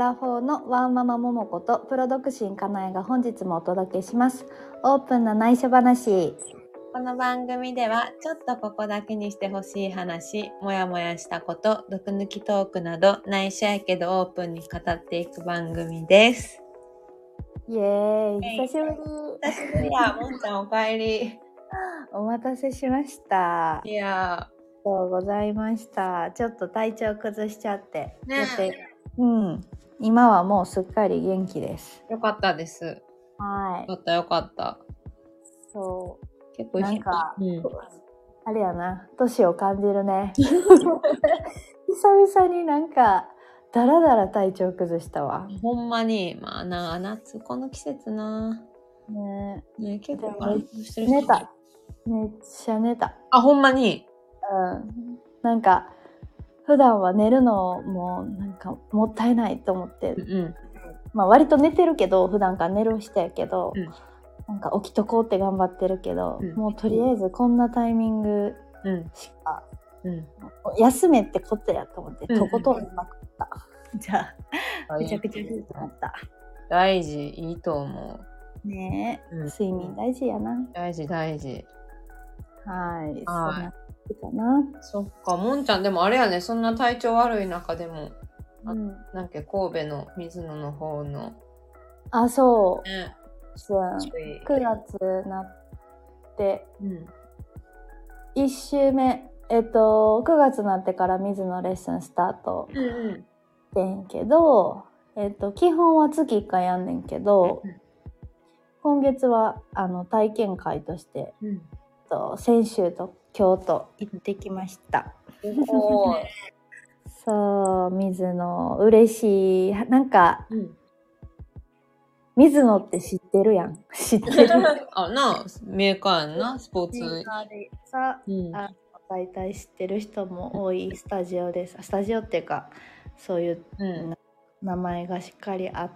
ラフォーのワーママももことプロ独身かなえが本日もお届けします。オープンな内緒話。 この番組ではちょっとここだけにしてほしい話、もやもやしたこと、毒抜きトークなど内緒やけどオープンに語っていく番組です。 イエーイ、久しぶり。 久しぶりや、もんちゃんおかえり。 お待たせしました。 いやありがとうございました。ちょっと体調崩しちゃってね今はもうすっかり元気です。 よかったです。 はい。 よかった。 そう結構なんか、あれやな、年を感じるね。久々になんかだらだら体調崩したわ。 ほんまに、まあな、夏この季節な。 ね結構寝た。めっちゃ寝た。 あ、ほんまに。 なんか普段は寝るのもなんかもったいないと思って、まあ割と寝てるけど、普段から寝る人やけど、なんか起きとこうって頑張ってるけど、もうとりあえずこんなタイミングしか、休めってことやと思って、とことん寝まくった。じゃあめちゃくちゃいいと思った。 大事、いいと思うねえ、睡眠大事やな。 大事。 はい、そんなかな。 そっか、もんちゃんでもあれやね、そんな体調悪い中でも、なんか神戸の水野の方の、 そう、 ね、 9月なって、1週目、9月なってから水野レッスンスタートしてんけど、基本は月1回やんねんけど、今月は体験会として、先週と京都行ってきました。そう、水野嬉しい。なんか、水野って知ってるやん。知ってるあ、な、メーカーやんな、スポーツ。 メーカーでさ、大体知ってる人も多いスタジオです。スタジオっていうか、そういう、名前がしっかりあって、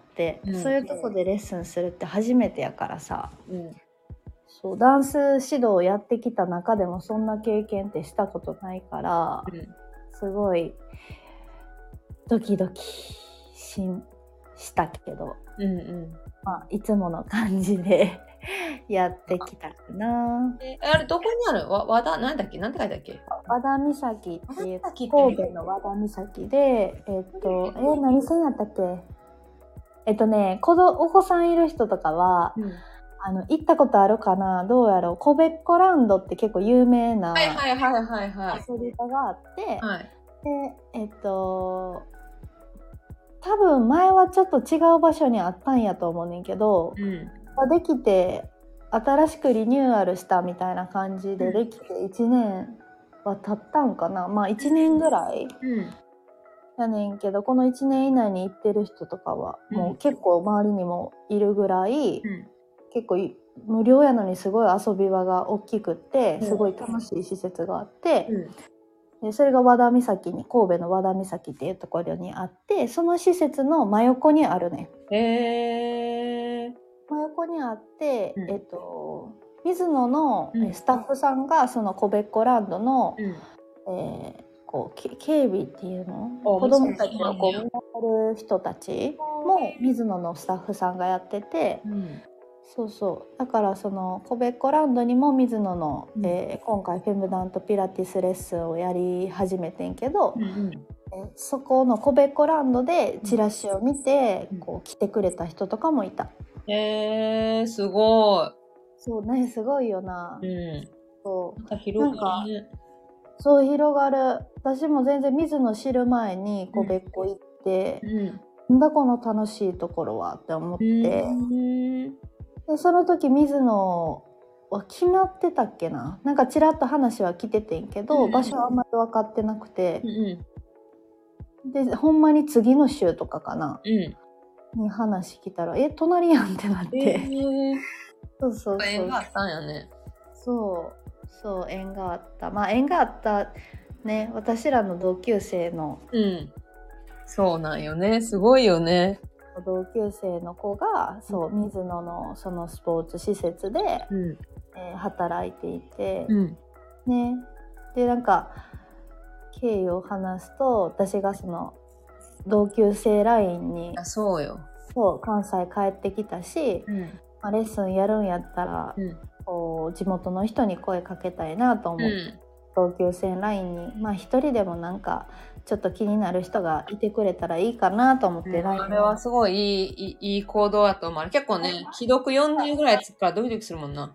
そういうとこでレッスンするって初めてやからさ、そうダンス指導をやってきた中でもそんな経験ってしたことないから、すごいドキドキしたけど、まあ、いつもの感じでやってきたかな。 あれどこにある？和田なんだっけ？なんて書いてあっけ？ 和田岬っていう神戸の和田岬で、何線やったっけ？お子さんいる人とかは、行ったことあるかな、どうやろう、コベッコランドって結構有名な遊び場があって、で多分前はちょっと違う場所にあったんやと思うねんけど、できて新しくリニューアルしたみたいな感じでできて1年は経ったんかな、まあ1年ぐらいやねんけど、この1年以内に行ってる人とかはもう結構周りにもいるぐらい、結構無料やのにすごい遊び場が大きくってすごい楽しい施設があって、でそれが和田岬に、神戸の和田岬っていうところにあって、その施設の真横にあるね。真横にあって、水野のスタッフさんがそのコベッコランドの、こう警備っていうの、子供たちをこう見守る人たちも水野のスタッフさんがやってて、そうだからそのコベッコランドにも水野の、今回フェムダントピラティスレッスンをやり始めてんけど、そこのコベッコランドでチラシを見て、こう来てくれた人とかもいた。 すごい。 そうね、すごいよな。 なんか広がるね。 そう広がる。私も全然水野知る前にコベッコ行って、なんだこの楽しいところはって思って、でその時水野は決まってたっけな、なんかちらっと話は来ててんけど、場所はあんまり分かってなくて、でほんまに次の週とかかな、に話来たら隣やんってなって、そう縁があったんやね。 そう縁があった。まあ縁があったね、私らの同級生の、 そうなんよね、すごいよね。 同級生の子が水野のそのスポーツ施設で、働いていて、ね、でなんか経緯を話すと、私がその同級生ラインにそうよ。 そう関西帰ってきたし、まあ、レッスンやるんやったら、こう地元の人に声かけたいなと思って、同級生ラインにまあ一人でもなんかちょっと気になる人がいてくれたらいいかなと思って、 あれはすごいいい行動だと思う。結構ね、既読40ぐらいつくからドキドキするもんな。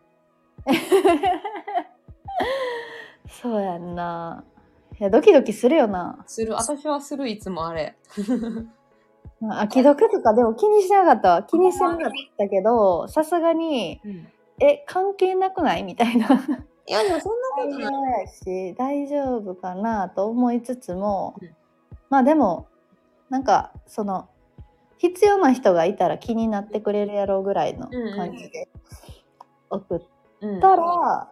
そうやんな。いやドキドキするよな。 する。私はする、いつもあれ。 既読とかでも気にしなかったわ。気にしてなかったけど、さすがに、関係なくないみたいな。 いやでもそんなことないやし、大丈夫かなと思いつつも、まあでもなんかその必要な人がいたら気になってくれるやろうぐらいの感じで送ったら、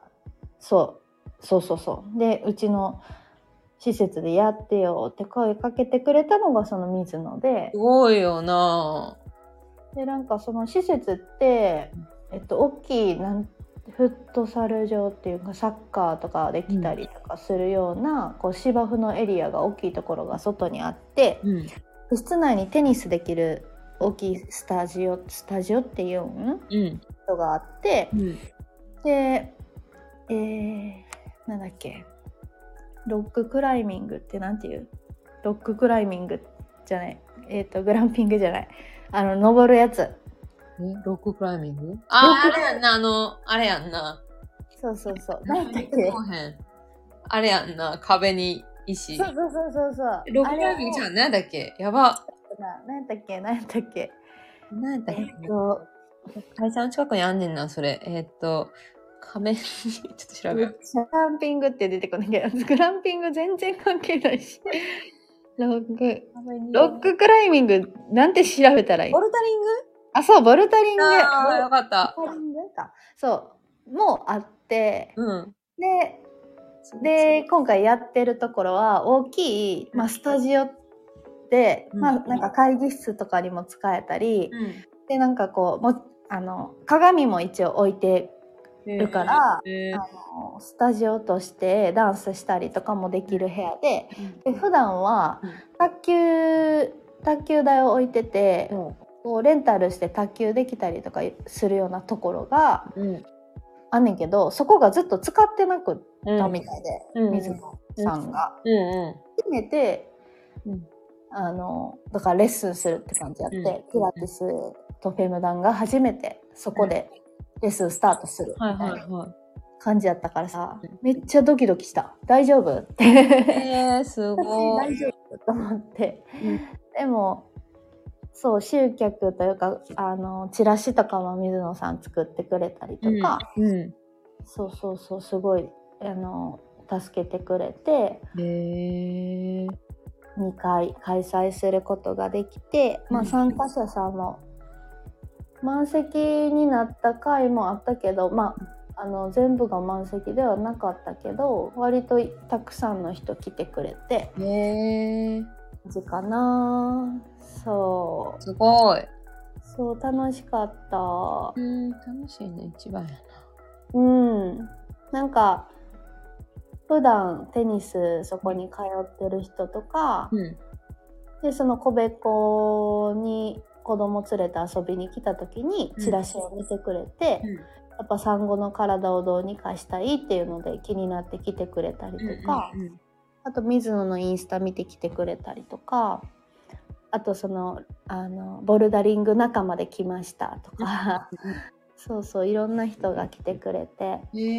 そうでうちの施設でやってよって声かけてくれたのがその水野で、 すごいよな。 でなんかその施設って大きいフットサル場っていうかサッカーとかできたりとかするような、こう芝生のエリアが大きいところが外にあって、室内にテニスできる大きいスタジオっていうのがあって、で、なんだっけ、ロッククライミングってなんていう？ロッククライミングじゃない、グランピングじゃない、登るやつ。 ロッククライミング？あれやんな、あれやんな。 そう。 何だっけ？あれやんな、壁に石。そう。ロッククライミングじゃん、何だっけ？やば。 何やったっけ会社の近くにあんねんな、それ。壁に、ちょっと調べる。 グランピングって出てこないけど、グランピング全然関係ないし。ロッククライミングなんて調べたらいい？ ボルタリング？ そう、ボルタリング。 よかった。 ボルタリングか。そう、もあって、で、今回やってるところは大きい、スタジオで、なんか会議室とかにも使えたり、で、なんかこう、鏡も一応置いてるから、スタジオとしてダンスしたりとかもできる部屋で、普段は卓球台を置いてて、こうレンタルして卓球できたりとかするようなところがあんねんけど、そこがずっと使ってなくったみたいで、水野さんが決めて、だからレッスンするって感じやって、ピラティスとフェムダンが初めてそこでレッスンスタートするみたいな感じやったからさ、めっちゃドキドキした。大丈夫って。 すごい。 大丈夫と思って。でも、そう、集客というか、チラシとかも水野さん作ってくれたりとか、そう、すごい、助けてくれて、2回開催することができて、参加者さんも満席になった回もあったけど、全部が満席ではなかったけど、割とたくさんの人来てくれて、感じかな。そう。 すごい。 そう、楽しかった。 楽しいね、一番やな。なんか普段テニスそこに通ってる人とか、でその小べこに子供連れて遊びに来た時にチラシを見てくれて、やっぱ産後の体をどうにかしたいっていうので気になって来てくれたりとか、あと水野のインスタ見て来てくれたりとか、あとボルダリング仲間で来ましたとかそういろんな人が来てくれて、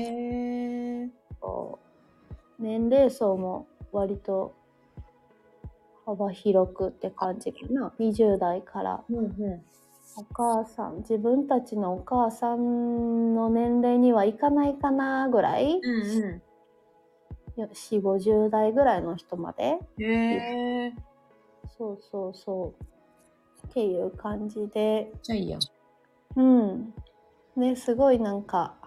年齢層も割と幅広くって感じかな。20代から、お母さん、自分たちのお母さんの年齢にはいかないかなぐらい、4、50代ぐらいの人まで、そうっていう感じで、 じゃあいいや。 ね、すごいなんか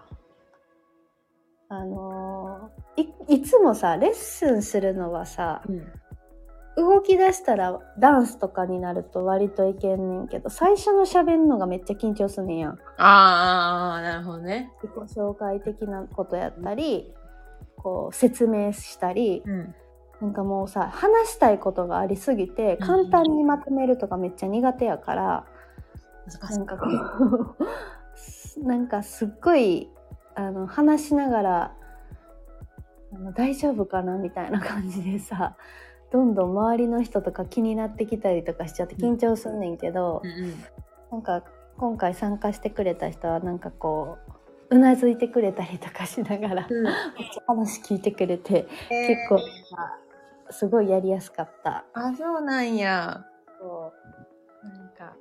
いつもさレッスンするのはさ、動き出したらダンスとかになると割といけんねんけど、最初の喋んのがめっちゃ緊張すんねんやん。 なるほどね。 自己紹介的なことやったり、こう説明したり、 なんかもうさ、話したいことがありすぎて簡単にまとめるとかめっちゃ苦手やから、なんかこうなんかすっごい話しながら大丈夫かなみたいな感じでさ、どんどん周りの人とか気になってきたりとかしちゃって緊張すんねんけど、なんか今回参加してくれた人はなんかこううなずいてくれたりとかしながら、めっちゃ話聞いてくれて、結構すごいやりやすかった。 あ、そうなんや。 そうなんか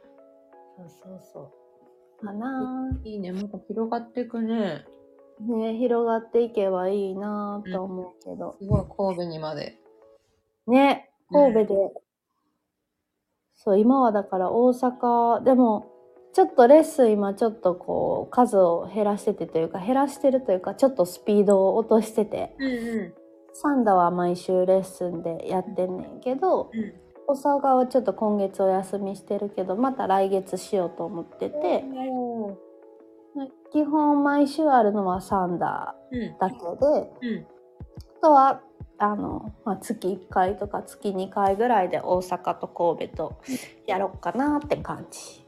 そうかな。 いいね、また広がっていくね。 ね、広がっていけばいいなと思うけど、 すごい神戸にまでね、神戸で、そう今はだから大阪でもちょっとレッスン今ちょっとこう数を減らしててというか、減らしてるというかちょっとスピードを落としてて、サンダは毎週レッスンでやってんねんけど、大阪はちょっと今月お休みしてるけどまた来月しようと思ってて、基本毎週あるのはサンダだけで、あとは月1回とか月2回ぐらいで大阪と神戸とやろうかなって感じ。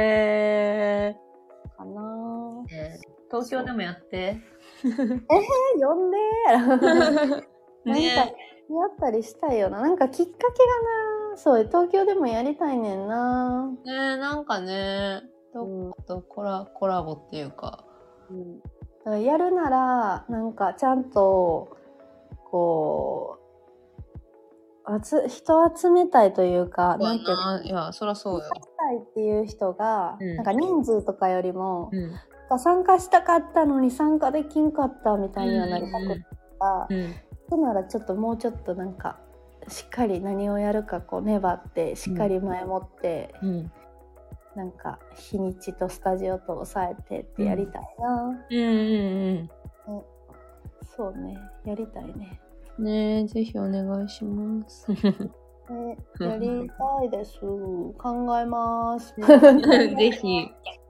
かな。 東京でもやって。 呼んでなんかやったりしたいよな。なんかきっかけがな、そう東京でもやりたいねんな。 なんかね、どっかとコラボっていうか、 だからやるならなんかちゃんとこう人集めたいというか、なんていうの、 いやそらそうよ。 したいっていう人が、なんか人数とかよりも、参加したかったのに参加できんかったみたいにはなりたくった。ならちょっともうちょっとなんかしっかり何をやるかこう粘ってしっかり前もって、なんか日にちとスタジオと抑えてってやりたいな。そうね、やりたいね。 ねえ、ぜひお願いします。 やりたいです。考えます。 ぜひ。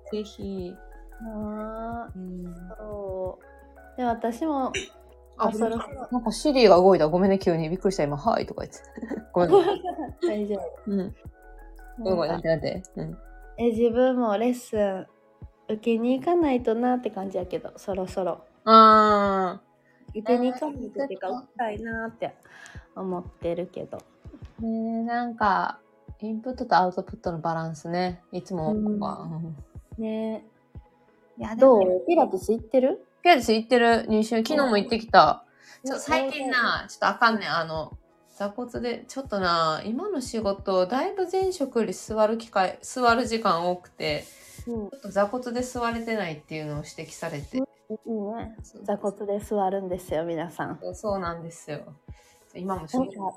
そう。で、私もそろそろなんかシリが動いた。ごめんね、急にびっくりした今。はいとか言って。ごめん。 大丈夫。 ごめんなんて。 自分もレッスン受けに行かないとなって感じやけど、そろそろ。受けに行かないとっていうか、受けたいなって思ってるけど。 なんかインプットとアウトプットのバランスね、いつもね。いやどう？ピラティス行ってる？ ピラティス行ってる。2週昨日も行ってきた。最近なちょっとあかんねん。座骨でちょっとな今の仕事だいぶ前職より座る時間多くて、ちょっと座骨で座れてないっていうのを指摘されて。 いいね。座骨で座るんですよ皆さん。 そうなんですよ。今も仕事。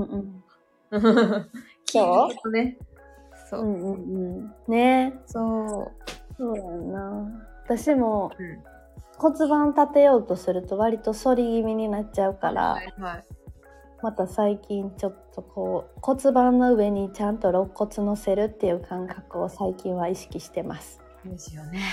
そうね。そう。 ね。 そうやんな。私も骨盤立てようとすると割と反り気味になっちゃうから、また最近ちょっとこう骨盤の上にちゃんと肋骨乗せるっていう感覚を最近は意識してます。 ですよね。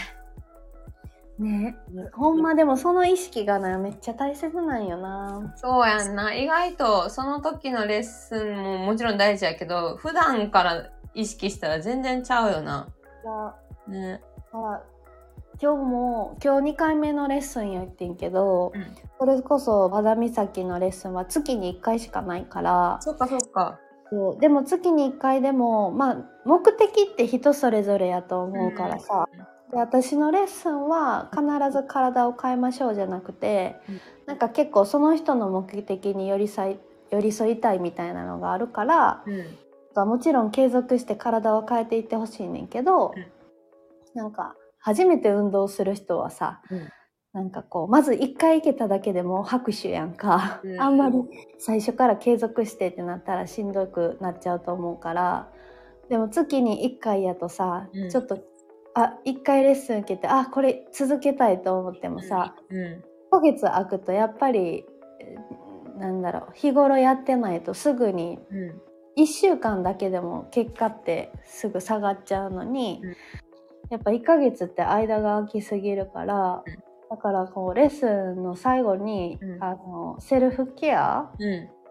ほんまでもその意識がなめっちゃ大切なんよな。 そうやんな。意外とその時のレッスンももちろん大事やけど、普段から意識したら全然ちゃうよな。ね。 今日2回目のレッスンやってんけど、それこそ和田岬のレッスンは月に1回しかないから。 そっか。 でも月に1回でも目的って人それぞれやと思うからさ、で私のレッスンは必ず体を変えましょうじゃなくて、なんか結構その人の目的に寄り添いたいみたいなのがあるから、もちろん継続して体を変えていってほしいねんけど、なんか初めて運動する人はさ、なんかこうまず1回行けただけでも拍手やんか、あんまり最初から継続してってなったらしんどくなっちゃうと思うから、でも月に1回やとさ、ちょっと1回レッスン受けてこれ続けたいと思ってもさ、1ヶ月空くとやっぱり日頃やってないとすぐに1週間だけでも結果ってすぐ下がっちゃうのに、やっぱ1ヶ月って間が空きすぎるから、だからこうレッスンの最後に、セルフケア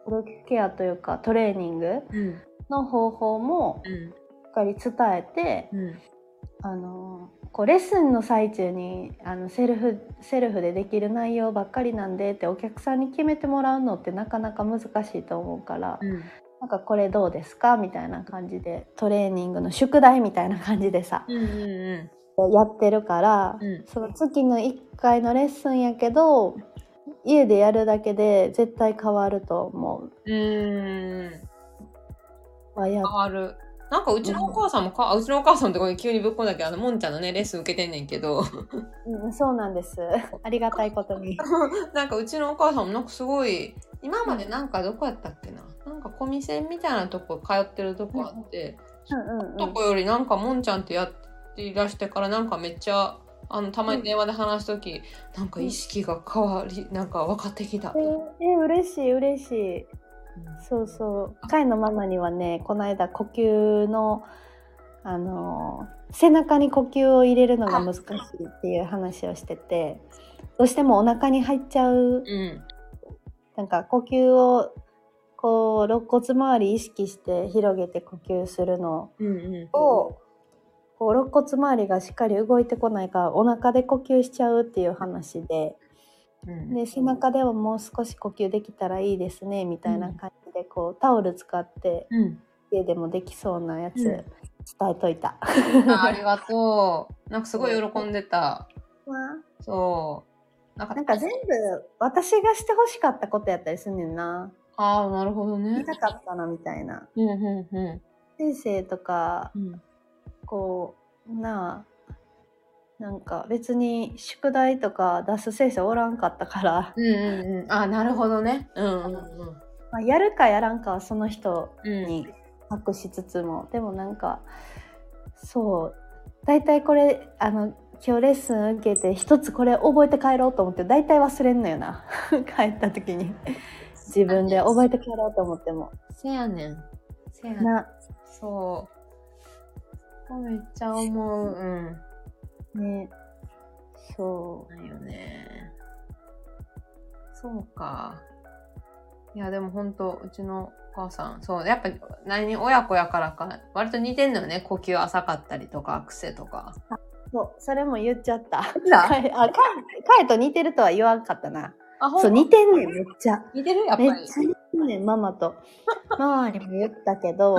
セルフケアというかトレーニングの方法もしっかり伝えて、こうレッスンの最中にセルフでできる内容ばっかりなんでってお客さんに決めてもらうのってなかなか難しいと思うから、なんかこれどうですかみたいな感じでトレーニングの宿題みたいな感じでさ、やってるから、その月の1回のレッスンやけど家でやるだけで絶対変わると思う。 変わる。なんかうちのお母さんもうちのお母さんのところに急にぶっこんだけどもんちゃんのねレッスン受けてんねんけどそうなんですありがたいことになんかうちのお母さんもなんかすごい今までなんかどこやったっけな、なんかコミセンみたいなとこ通ってるとこあって、とこよりなんかもんちゃんってやっていらしてからなんかめっちゃたまに電話で話すとき、なんか意識が変わり、なんか分かってきた。 嬉しい。そうそう。カイのママにはね、この間呼吸の背中に呼吸を入れるのが難しいっていう話をしてて、どうしてもお腹に入っちゃう、なんか呼吸をこう肋骨周り意識して広げて呼吸するのを、こう肋骨周りがしっかり動いてこないからお腹で呼吸しちゃうっていう話で、で背中ではもう少し呼吸できたらいいですねみたいな感じでこうタオル使って家でもできそうなやつ伝えといた。 ありがとう。なんかすごい喜んでた。そう。 なんか全部私がしてほしかったことやったりすんねんな。 ああ、なるほどね。 言いたかったなみたいな。先生とか、こうなんか別に宿題とか出す先生おらんかったから。 あ、なるほどね。 やるかやらんかはその人に託しつつも、でもなんかそうだいたいこれ今日レッスン受けて一つこれ覚えて帰ろうと思ってだいたい忘れんのよな帰った時に自分で覚えて帰ろうと思っても。 せやねん。そうめっちゃ思う。 ね、そうだよね。そうか。いやでも本当うちのお母さんそうやっぱ親子やからか割と似てんのよね、呼吸浅かったりとか癖とか。 それも言っちゃった。カエと似てるとは言わんかったな。そう似てんねんめっちゃ。 似てるやっぱり。 めっちゃ似てんねんママと。ママにも言ったけど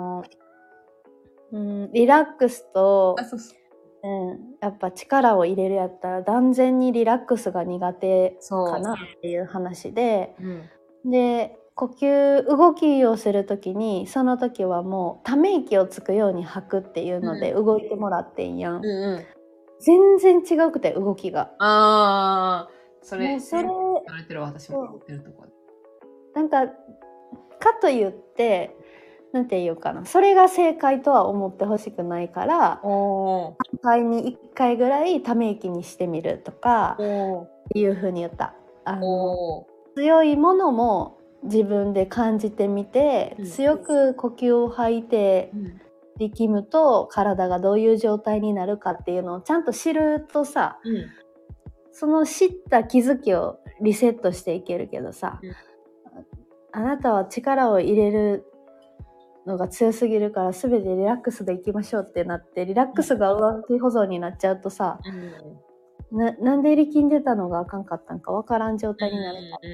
リラックスとやっぱ力を入れるやったら断然にリラックスが苦手かなっていう話で、で呼吸動きをするときにその時はもうため息をつくように吐くっていうので動いてもらってんやん、全然違うくて動きが。 それ言われてる私も言ってるところなんかと言ってなんていうかな、それが正解とは思ってほしくないから3回に1回ぐらいため息にしてみるとかいう風に言った。強いものも自分で感じてみて、強く呼吸を吐いて力むと体がどういう状態になるかっていうのをちゃんと知るとさ、その知った気づきをリセットしていけるけどさ、あなたは力を入れるのが強すぎるから全てリラックスでいきましょうってなってリラックスが上書き保存になっちゃうとさ、なんで力んでたのがあかんかったんかわからん状態になるから、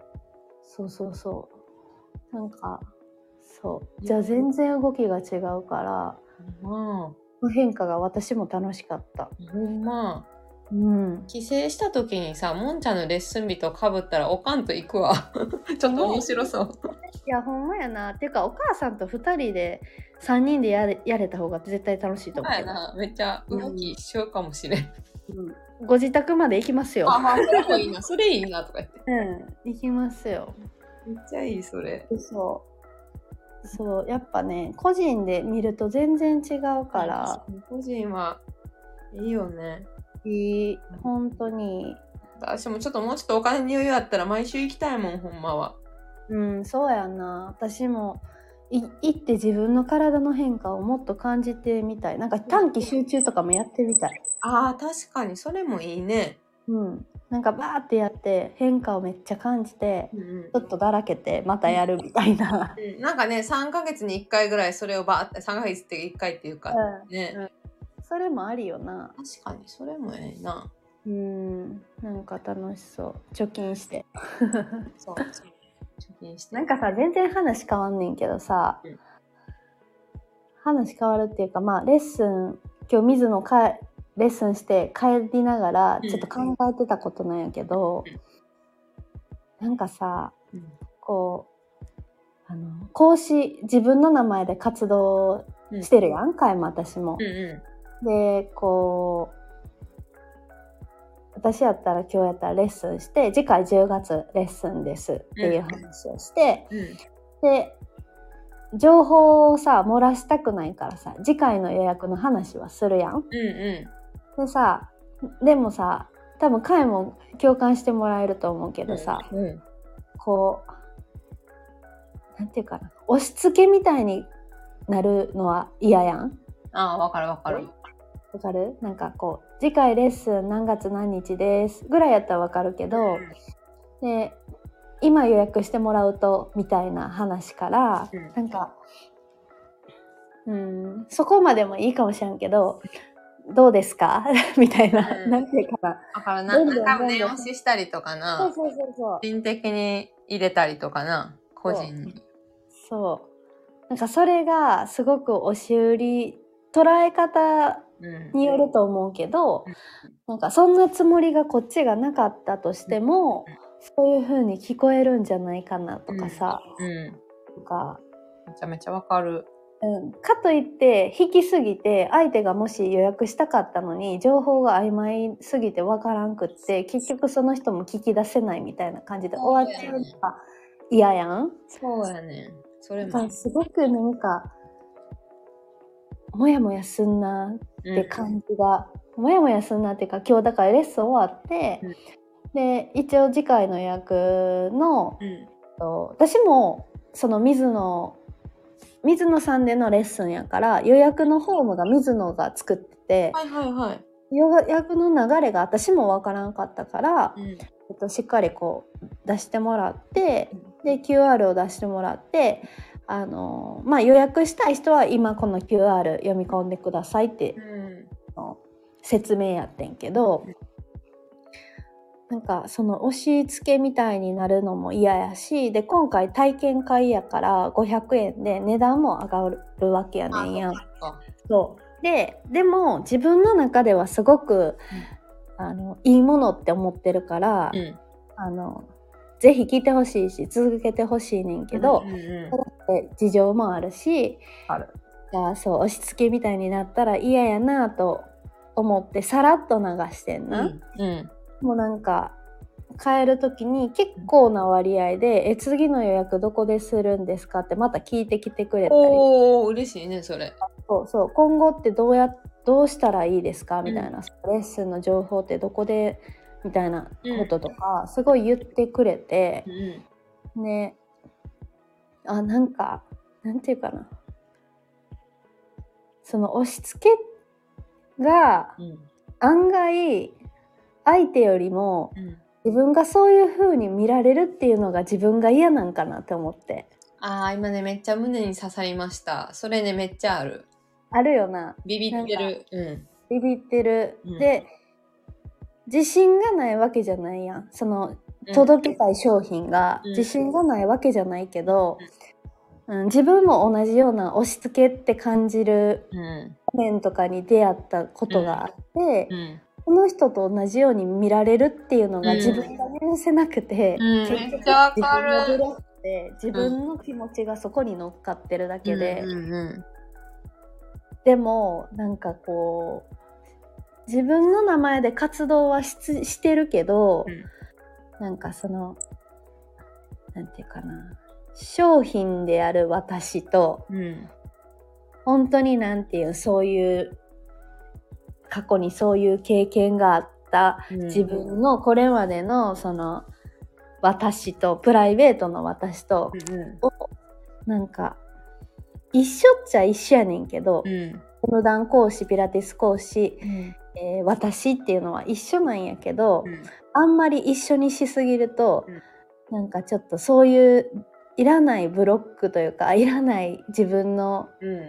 そうなんかそうじゃあ全然動きが違うから、変化が私も楽しかった。 帰省した時にさもんちゃんのレッスン日とかぶったらおかんと行くわちょっと面白そう。 いやほんまやなっていうかお母さんと2人で3人でやれた方が絶対楽しいと思う。 めっちゃ動き一緒かもしれん。 ご自宅まで行きますよ。 それもいいなそれいいなとか言って。 行きますよ。 めっちゃいいそれ。 そうやっぱね個人で見ると全然違うから、 個人はいいよね。 いい本当に。 私もちょっともうちょっとお金に余裕あったら毎週行きたいもんほんまは。 そうやな。私も行って自分の体の変化をもっと感じてみたい。なんか短期集中とかもやってみたい。 確かにそれもいいね。 なんかバーってやって変化をめっちゃ感じて、ちょっとだらけてまたやるみたいな、 なんかね3ヶ月に1回ぐらいそれをバーって3ヶ月って1回っていうか、ね、 それもありよな。 確かにそれもええな。 なんか楽しそう。貯金してそう貯金して。 なんかさ、全然話変わんねんけどさ、話変わるっていうか、まあレッスン今日水野レッスンして帰りながらちょっと考えてたことなんやけど、なんかさ、こう講師自分の名前で活動してるやんかいも私も、でこう私やったら今日やったらレッスンして次回10月レッスンですっていう話をして、で情報をさ漏らしたくないからさ次回の予約の話はするやん、でさでもさ多分カイも共感してもらえると思うけどさ、こうなんていうかな押し付けみたいになるのは嫌やん。 わかるわかるわかる。なんかこう次回レッスン何月何日ですぐらいやったらわかるけど、で今予約してもらうとみたいな話から、なんかそこまでもいいかもしれんけどどうですかみたいな、なんていうかな。 だからなんか念押ししたりとかな。 そう。 個人的に入れたりとかな。個人に。 そう。なんかそれがすごく押し売り捉え方によると思うけど、なんかそんなつもりがこっちがなかったとしても、そういう風に聞こえるんじゃないかなとかさ。なんかめちゃめちゃわかる。 かといって引きすぎて相手がもし予約したかったのに情報が曖昧すぎてわからんくって結局その人も聞き出せないみたいな感じで終わっちゃうのが嫌やん。 そうやね。それもすごくなんかもやもやすんなって感じが、もやもやすんなっていうか今日だからレッスン終わって、で一応次回の予約の、私もその水野さんでのレッスンやから予約のフォームが水野が作ってて、予約の流れが私もわからんかったから、しっかりこう出してもらって、で QR を出してもらって予約したい人は今この QR 読み込んでくださいって、説明やってんけど、なんかその押し付けみたいになるのも嫌やし、で今回体験会やから500円で値段も上がるわけやねんやん。そうでも自分の中ではすごく、いいものって思ってるから、ぜひ聞いてほしいし続けてほしいねんけど、事情もあるし、そう押し付けみたいになったら嫌やなと思ってさらっと流してんな。もうなんか帰る時に結構な割合で次の予約どこでするんですかってまた聞いてきてくれたり。 嬉しいねそれ。 そう今後ってどうしたらいいですかみたいな、レッスンの情報ってどこでみたいなこととか、すごい言ってくれて、ね、なんかなんていうかな、その押し付けが案外相手よりも自分がそういう風に見られるっていうのが自分が嫌なんかなって思って。 今ねめっちゃ胸に刺さりました。それねめっちゃあるよな。 ビビってる。 ビビってる。で自信がないわけじゃないやん。その届けたい商品が自信がないわけじゃないけど、自分も同じような押し付けって感じる場面とかに出会ったことがあって、この人と同じように見られるっていうのが自分が許せなくて、 結局自分のブロックで自分の気持ちがそこに乗っかってるだけで、でもなんかこう自分の名前で活動はしてるけど、なんかそのなんていうかな、商品である私と、本当になんていうそういう過去にそういう経験があった自分のこれまでのその私とプライベートの私とをなんか一緒っちゃ一緒やねんけど、 無断講師、ピラティス講師、私っていうのは一緒なんやけど、あんまり一緒にしすぎると、なんかちょっとそういういらないブロックというか、いらない自分の、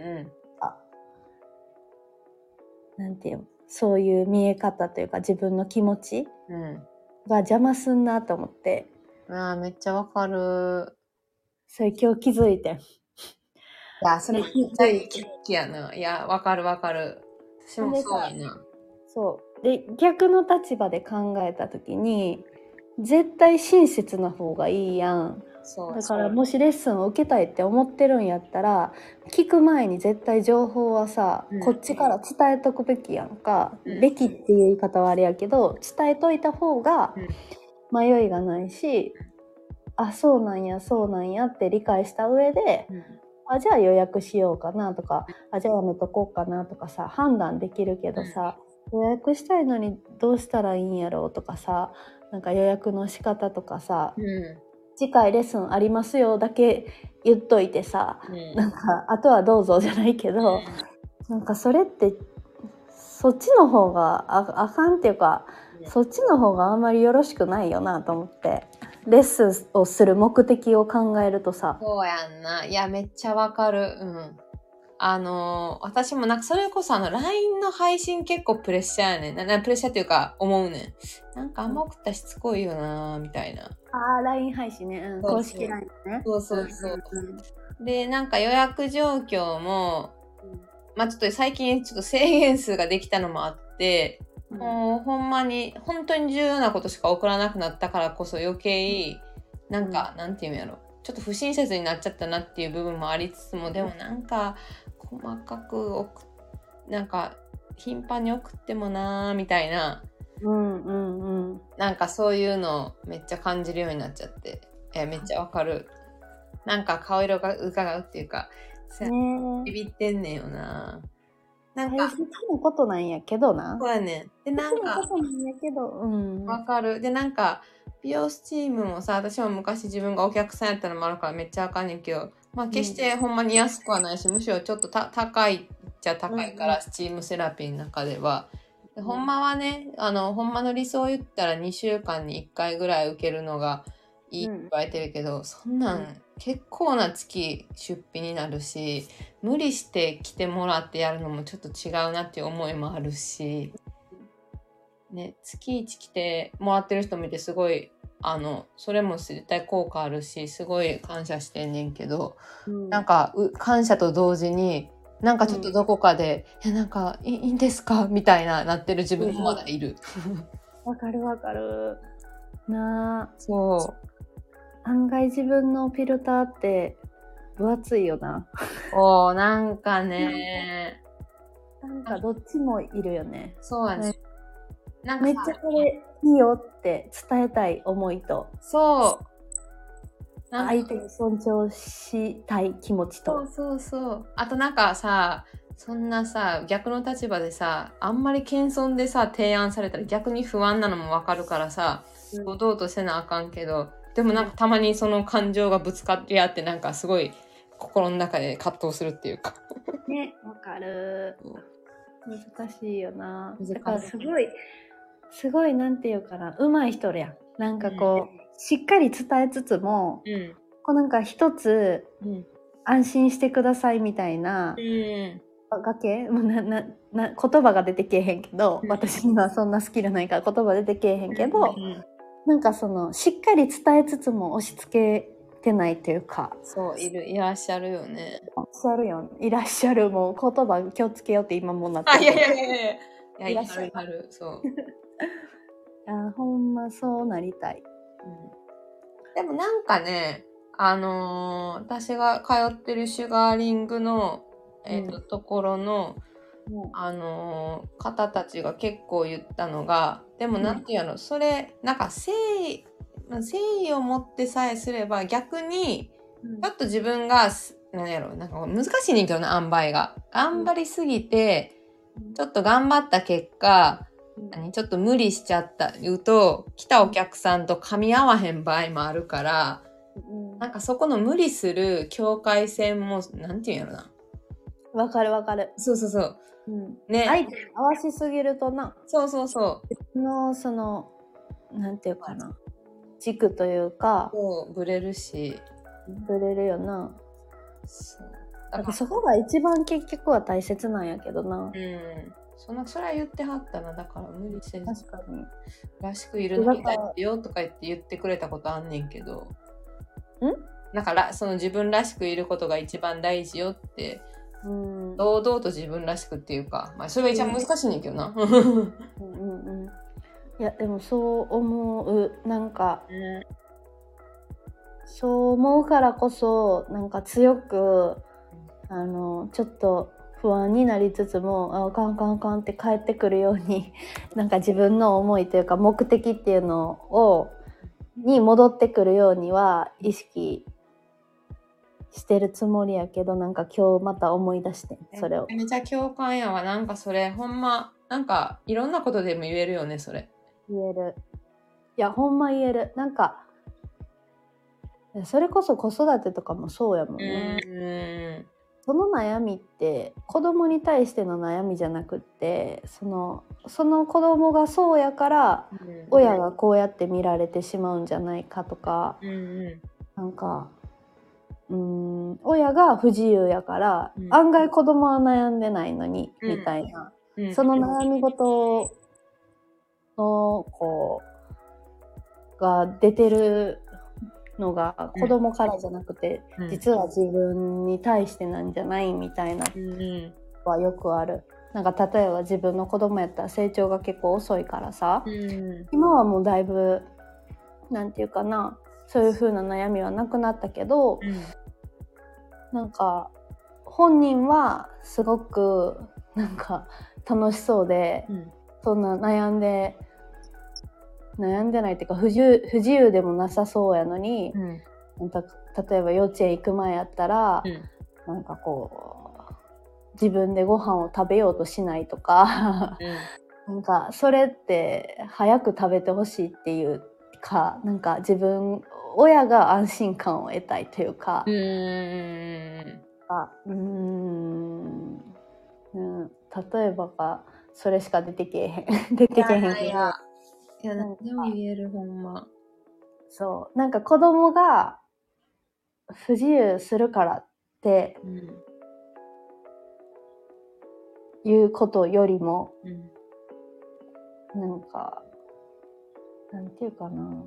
なんていうの、そういう見え方というか自分の気持ちが邪魔すんなと思って。 めっちゃわかる。 それ今日気づいて。 いや、それめっちゃいい気づきやな。いや、わかるわかる。私もそうやな。 そう。で、逆の立場で考えたときに、絶対親切な方がいいやん。だからもしレッスンを受けたいって思ってるんやったら、聞く前に絶対情報はさ、こっちから伝えとくべきやんか。べきっていう言い方はあれやけど、伝えといた方が迷いがないし、あ、そうなんやって理解した上で、じゃあ予約しようかなとか、じゃあやめとこうかなとかさ、判断できるけどさ、予約したいのにどうしたらいいんやろうとかさ、なんか予約の仕方とかさ、次回レッスンありますよだけ言っといてさ、なんかあとはどうぞじゃないけど、なんかそれってそっちの方があかんっていうか、そっちの方があんまりよろしくないよなと思って。レッスンをする目的を考えるとさ。 そうやんな。いや、めっちゃわかる。私もなんかそれこそLINE の配信結構プレッシャーやねん。プレッシャーっていうか思うねん。なんかあんま送ったらしつこいよなみたいな。 LINE 配信ね。公式 LINE ね。 そう。で、なんか予約状況も、まあちょっと最近ちょっと制限数ができたのもあって、もう本当に重要なことしか送らなくなったからこそ余計、なんか、なんていうんやろ。ちょっと不親切になっちゃったなっていう部分もありつつも、でもなんか、細かくなんか、頻繁に送ってもなーみたいな、なんかそういうのをめっちゃ感じるようになっちゃって、めっちゃわかる。なんか顔色が伺うっていうか、ビビってんねんよな。 なんか大切なことなんやけどな。 そうやねん。で、なんか、わかる。で、なんか、美容スチームもさ、私も昔自分がお客さんやったのもあるからめっちゃあかんねんけど、まあ決してほんまに安くはないし、むしろちょっと高いっちゃ高いから、スチームセラピーの中では。でほんまはね、ほんまの理想を言ったら2週間に1回ぐらい受けるのがいいって言われてるけど、そんなん結構な月出費になるし、無理して来てもらってやるのもちょっと違うなっていう思いもあるし、ね、月1来てもらってる人見てすごい、それも絶対効果あるし、すごい感謝してんねんけど、なんか感謝と同時に、なんかちょっとどこかで、なんかいいんですかみたいなってる自分もまだいる。 わかる。なあ。 そう。 案外自分のフィルターって分厚いよな。 なんかね。 なんかどっちもいるよね。 そうやね。 なんかめっちゃこれいいよって伝えたい思いと。 そう。 相手に尊重したい気持ちと。 そう。あとなんかさ、そんなさ、逆の立場でさ、あんまり謙遜でさ、提案されたら逆に不安なのもわかるからさ、堂々とせなあかんけど、でもなんかたまにその感情がぶつかり合ってなんかすごい心の中で葛藤するっていうか。 ね、わかる。難しいよな。だからすごいなんていうかな、上手い人やん。なんかこう、しっかり伝えつつも、こうなんか一つ、安心してくださいみたいな、言葉が出てけえへんけど、私にはそんなスキルないから言葉出てけえへんけど、なんかそのしっかり伝えつつも押し付けてないというか。 そう、いらっしゃるよね。 いらっしゃる。もう言葉気をつけようって今もなってる。 いらっしゃる。そう。 ほんまそうなりたい。 でもなんかね、私が通ってるシュガーリングの、ところの、方たちが結構言ったのが、でもなんていうの、それ、なんか誠意を持ってさえすれば逆に、ちょっと自分が、なんか難しいねんけどな、塩梅が。頑張りすぎて、ちょっと頑張った結果、ちょっと無理しちゃった言うと、来たお客さんと噛み合わへん場合もあるから、なんかそこの無理する境界線も、なんていうんやろな。 わかるわかる。 そうそうそう。 ね。相手に合わしすぎるとな。 そうそうそう。 その、なんていうかな。軸というか。 そう、ブレるし。 ブレるよな。そう。だからそこが一番結局は大切なんやけどな。 それは言ってはったな。だから無理せず。 確かに。 らしくいるのみたいよとか言ってくれたことあんねんけど。だからその自分らしくいることが一番大事よって、堂々と自分らしくっていうか、まあそれが一番難しいねんけどな。 いやでもそう思う。なんか、そう思うからこそなんか強くちょっと不安になりつつもカンカンカンって帰ってくるようになんか自分の思いというか目的っていうのに戻ってくるようには意識してるつもりやけど、なんか今日また思い出してそれを。 めちゃ共感やわ。なんかそれほんまなんかいろんなことでも言えるよねそれ。 言える。いやほんま言える。なんかそれこそ子育てとかもそうやもんね。その悩みって子供に対しての悩みじゃなくって、その子供がそうやから親がこうやって見られてしまうんじゃないかとか、なんか親が不自由やから、案外子供は悩んでないのに、みたいな、その悩み事の子が出てるのが子供からじゃなくて、実は自分に対してなんじゃないみたいなはよくある。なんか例えば自分の子供やったら成長が結構遅いからさ、今はもうだいぶなんていうかな、そういう風な悩みはなくなったけど、なんか本人はすごくなんか楽しそうで、そんな悩んでないっていうか不自由でもなさそうやのに、例えば幼稚園行く前やったら、なんかこう自分でご飯を食べようとしないとか、なんかそれって早く食べてほしいっていうか、なんか親が安心感を得たいというか、例えばかそれしか出てけえへんけど、 いや何でも言えるほんま。 そうなんか子供が不自由するからって、いうことよりも、なんかなんていうかな、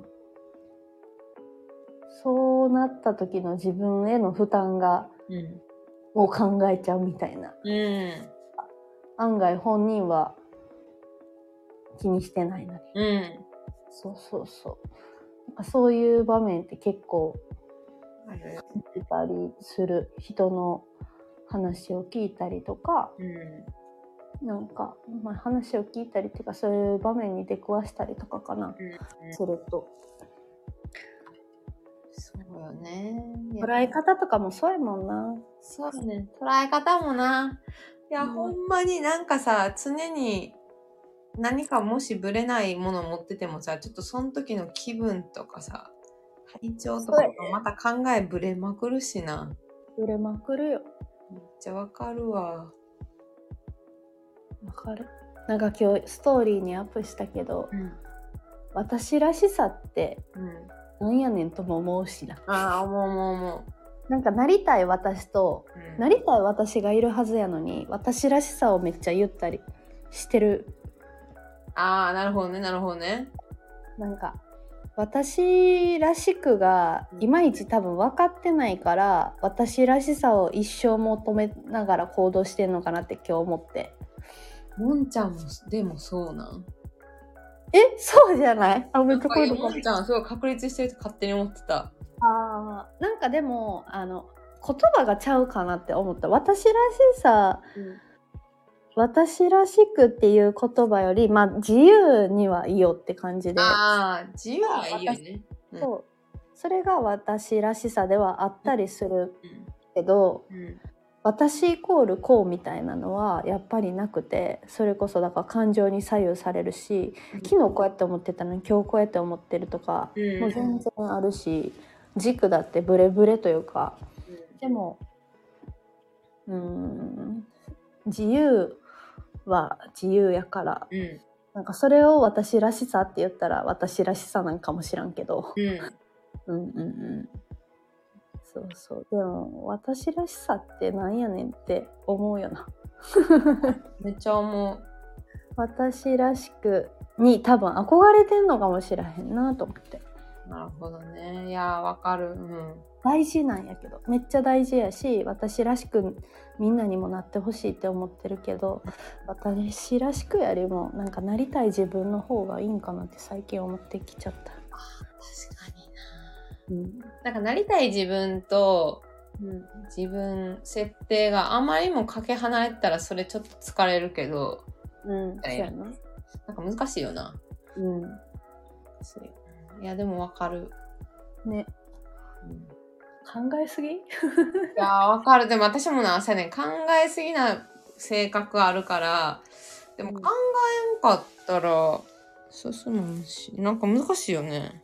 そうなった時の自分への負担が、を考えちゃうみたいな、案外本人は気にしてないのに、なんかそういう場面って結構見てたりする。人の話を聞いたりとか、なんか、話を聞いたりっていうかそういう場面に出くわしたりとかかな、すると。 そうよね。 捉え方とかもそうやもんな。 そうね。捉え方もな。いや、ほんまになんかさ、常に何かもしブレないものを持っててもさ、ちょっとその時の気分とかさ、体調とかまた考えブレまくるしな。 ブレまくるよ。 めっちゃわかるわ。 わかる。なんか今日ストーリーにアップしたけど、私らしさって、なんやねんとも思うしな。 思う。 なんかなりたい私と、なりたい私がいるはずやのに、私らしさをめっちゃ言ったりしてる。 なるほどね。 なんか私らしくがいまいち多分分かってないから、私らしさを一生求めながら行動してんのかなって今日思って。 もんちゃんもでもそうなん？ そうじゃない？ もんちゃんすごい確立してると勝手に思ってた。 なんかでも言葉がちゃうかなって思った。私らしさ、私らしくっていう言葉より、自由にはいいよって感じで。 自由はいいよね。 それが私らしさではあったりするけど、私イコールこうみたいなのはやっぱりなくて、それこそだから感情に左右されるし、昨日こうやって思ってたのに今日こうやって思ってるとか、もう全然あるし、軸だってブレブレというか、でも自由は自由やから、 うん、 なんかそれを私らしさって言ったら私らしさなんかもしらんけど、そうそう。でも私らしさってなんやねんって思うよな。 めっちゃ思う。 私らしくに多分憧れてんのかもしらへんなと思って。 なるほどね。いやわかる。 大事なんやけど、めっちゃ大事やし、私らしくみんなにもなってほしいって思ってるけど、私らしくよりもなんかなりたい自分の方がいいんかなって最近思ってきちゃった。 確かにな。なんかなりたい自分と、自分設定があまりにもかけ離れてたらそれちょっと疲れるけど、 そうやな。 なんか難しいよな。いやでもわかる。 ね。考えすぎ？いやわかる。でも私もな、考えすぎな性格あるから、でも考えんかったら、なんか難しいよね。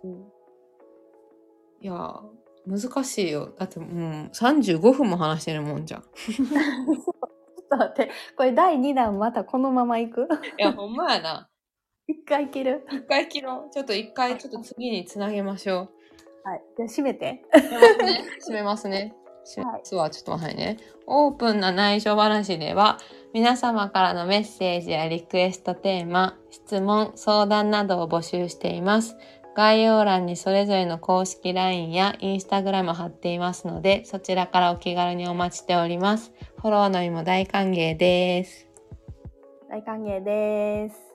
いや難しいよ。だって35分も話してるもんじゃん。ちょっと待って、これ第2弾またこのままいく？ いやほんまやな。 一回切る？ 一回切ろう。ちょっと一回ちょっと次につなげましょう。 はい。じゃあ閉めて。 閉めますね。閉めますわ。ちょっと待ってね。オープンな内緒話では、皆様からのメッセージやリクエストテーマ、質問、相談などを募集しています。概要欄にそれぞれの公式 LINE や Instagram 貼っていますので、そちらからお気軽にお待ちしております。フォローの意も大歓迎です。 大歓迎です。